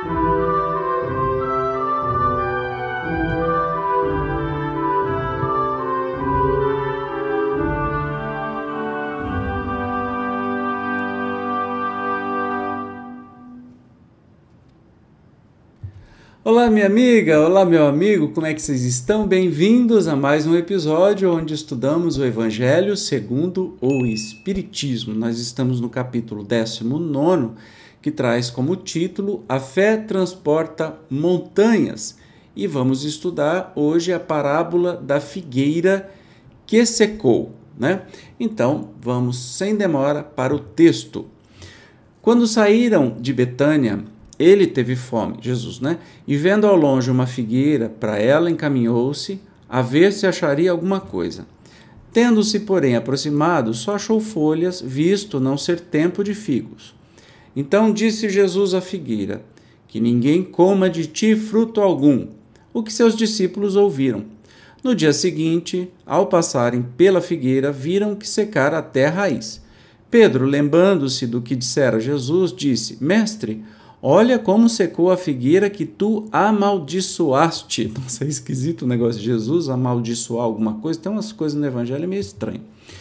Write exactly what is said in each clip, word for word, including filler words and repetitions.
Olá, minha amiga, olá, meu amigo, como é que vocês estão? Bem-vindos a mais um episódio onde estudamos o Evangelho segundo o Espiritismo. Nós estamos no capítulo décimo nono, que traz como título A Fé Transporta Montanhas. E vamos estudar hoje a parábola da figueira que secou, né? Então, vamos sem demora para o texto. Quando saíram de Betânia, ele teve fome, Jesus, né? E vendo ao longe uma figueira, para ela encaminhou-se a ver se acharia alguma coisa. Tendo-se, porém, aproximado, só achou folhas, visto não ser tempo de figos. Então disse Jesus à figueira: que ninguém coma de ti fruto algum, o que seus discípulos ouviram. No dia seguinte, ao passarem pela figueira, viram que secara até a raiz. Pedro, lembrando-se do que dissera Jesus, disse: Mestre, olha como secou a figueira que tu amaldiçoaste. Nossa, é esquisito o negócio de Jesus amaldiçoar alguma coisa. Tem umas coisas no Evangelho meio estranhas.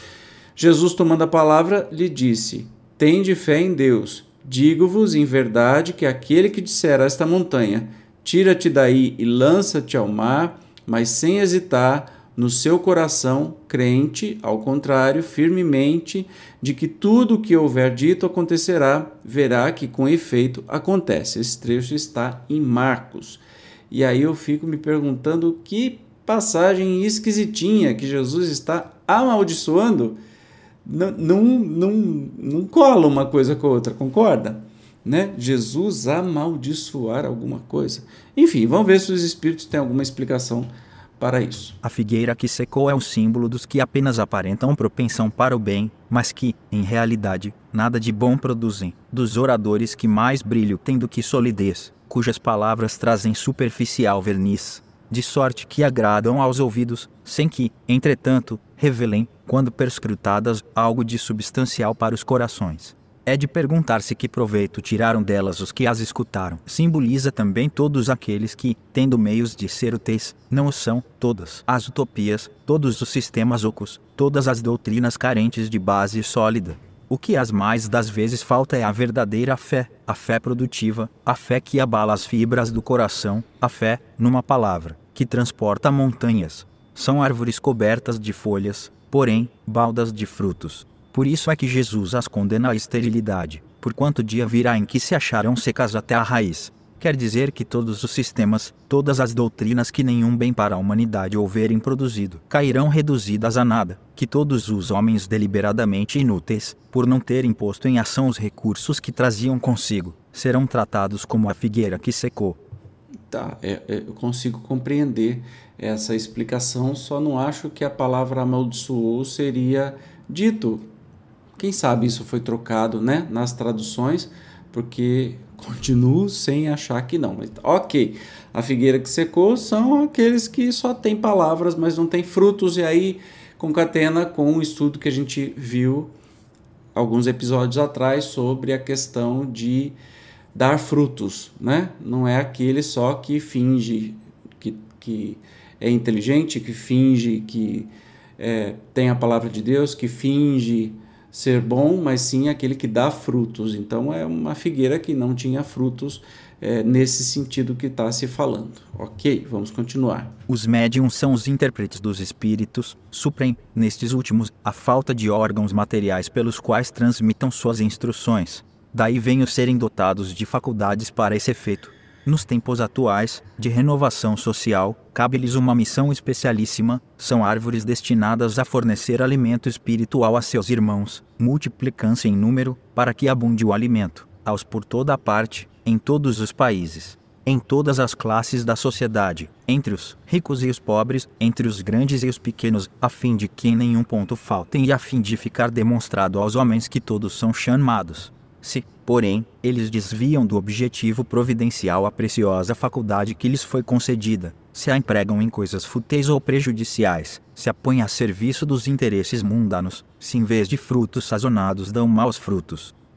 Jesus, tomando a palavra, lhe disse: Tende fé em Deus. Digo-vos em verdade que aquele que disser a esta montanha: Tira-te daí e lança-te ao mar, mas sem hesitar no seu coração, crente, ao contrário, firmemente, de que tudo o que houver dito acontecerá, verá que com efeito acontece. Esse trecho está em Marcos. E aí eu fico me perguntando que passagem esquisitinha que Jesus está amaldiçoando. Não, não, não, não cola uma coisa com a outra, concorda? Né? Jesus amaldiçoar alguma coisa. Enfim, vamos ver se os espíritos têm alguma explicação para isso. A figueira que secou é o símbolo dos que apenas aparentam propensão para o bem, mas que, em realidade, nada de bom produzem, dos oradores que mais brilho têm do que solidez, cujas palavras trazem superficial verniz, de sorte que agradam aos ouvidos, sem que, entretanto, revelem, quando perscrutadas, algo de substancial para os corações. É de perguntar-se que proveito tiraram delas os que as escutaram. Simboliza também todos aqueles que, tendo meios de ser úteis, não o são, todas as utopias, todos os sistemas ocos, todas as doutrinas carentes de base sólida. O que as mais das vezes falta é a verdadeira fé, a fé produtiva, a fé que abala as fibras do coração, a fé, numa palavra, que transporta montanhas. São árvores cobertas de folhas, porém, baldas de frutos. Por isso é que Jesus as condena à esterilidade, porquanto dia virá em que se acharão secas até a raiz. Quer dizer que todos os sistemas, todas as doutrinas que nenhum bem para a humanidade houverem produzido, cairão reduzidas a nada, que todos os homens deliberadamente inúteis, por não terem posto em ação os recursos que traziam consigo, serão tratados como a figueira que secou. Tá, é, é, eu consigo compreender essa explicação, só não acho que a palavra amaldiçoou seria dito. Quem sabe isso foi trocado, né, nas traduções, porque continuo sem achar que não. Mas, ok, a figueira que secou são aqueles que só têm palavras, mas não têm frutos, e aí concatena com o estudo que a gente viu alguns episódios atrás sobre a questão de dar frutos, né? Não é aquele só que finge que, que é inteligente, que finge que é, tem a palavra de Deus, que finge ser bom, mas sim aquele que dá frutos. Então é uma figueira que não tinha frutos é, nesse sentido que está se falando. Ok, vamos continuar. Os médiuns são os intérpretes dos espíritos, suprem, nestes últimos, a falta de órgãos materiais pelos quais transmitam suas instruções. Daí vem o serem dotados de faculdades para esse efeito. Nos tempos atuais, de renovação social, cabe-lhes uma missão especialíssima, são árvores destinadas a fornecer alimento espiritual a seus irmãos, multiplicam-se em número, para que abunde o alimento, aos por toda a parte, em todos os países, em todas as classes da sociedade, entre os ricos e os pobres, entre os grandes e os pequenos, a fim de que em nenhum ponto faltem e a fim de ficar demonstrado aos homens que todos são chamados. Se, porém, eles desviam do objetivo providencial a preciosa faculdade que lhes foi concedida, se a empregam em coisas fúteis ou prejudiciais, se a põem a serviço dos interesses mundanos, se em vez de frutos sazonados dão maus frutos,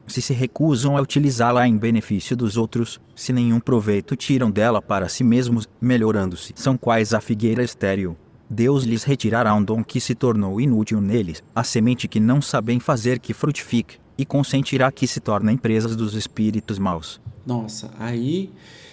se se recusam a utilizá-la em benefício dos outros, se nenhum proveito tiram dela para si mesmos, melhorando-se, são quais a figueira estéril. Deus lhes retirará um dom que se tornou inútil neles, a semente que não sabem fazer que frutifique, e consentirá que se tornem presas dos espíritos maus. Nossa, aí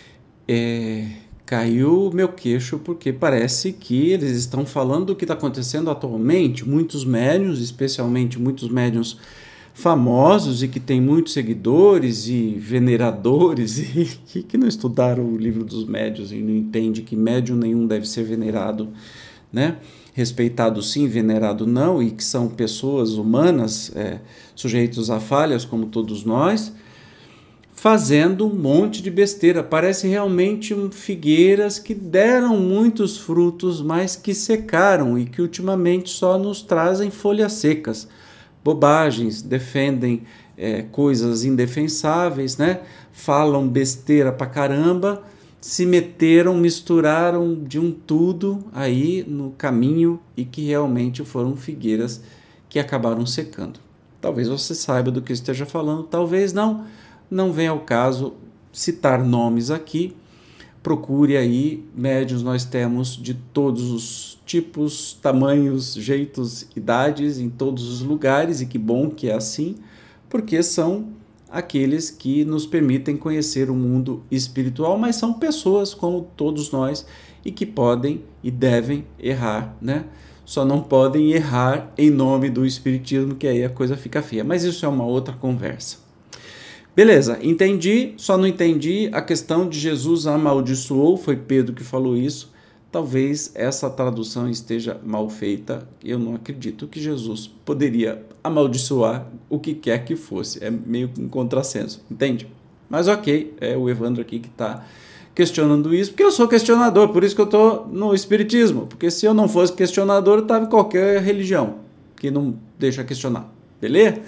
é, caiu o meu queixo, porque parece que eles estão falando do que está acontecendo atualmente. Muitos médiuns, especialmente muitos médiuns famosos e que têm muitos seguidores e veneradores, e que, que não estudaram o livro dos médiuns e não entende que médium nenhum deve ser venerado, né? Respeitado sim, venerado não, e que são pessoas humanas, é, sujeitos a falhas como todos nós, fazendo um monte de besteira. Parece realmente um, figueiras que deram muitos frutos, mas que secaram e que ultimamente só nos trazem folhas secas, bobagens, defendem é, coisas indefensáveis, né? Falam besteira pra caramba, se meteram, misturaram de um tudo aí no caminho e que realmente foram figueiras que acabaram secando. Talvez você saiba do que eu esteja falando, talvez não, não vem ao caso citar nomes aqui. Procure aí, médiuns nós temos de todos os tipos, tamanhos, jeitos, idades, em todos os lugares, e que bom que é assim, porque são aqueles que nos permitem conhecer o mundo espiritual, mas são pessoas como todos nós e que podem e devem errar, né? Só não podem errar em nome do espiritismo, que aí a coisa fica feia, mas isso é uma outra conversa. Beleza, entendi, só não entendi a questão de Jesus amaldiçoou, foi Pedro que falou isso. Talvez essa tradução esteja mal feita, eu não acredito que Jesus poderia amaldiçoar o que quer que fosse, é meio um contrassenso, entende? Mas ok, é o Evandro aqui que está questionando isso, porque eu sou questionador, por isso que eu estou no espiritismo, porque se eu não fosse questionador, eu estava em qualquer religião que não deixa questionar, beleza?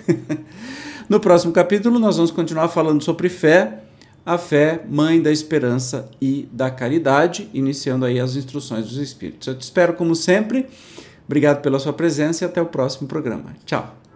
No próximo capítulo nós vamos continuar falando sobre fé, a fé, mãe da esperança e da caridade, iniciando aí as instruções dos Espíritos. Eu te espero como sempre, obrigado pela sua presença e até o próximo programa. Tchau!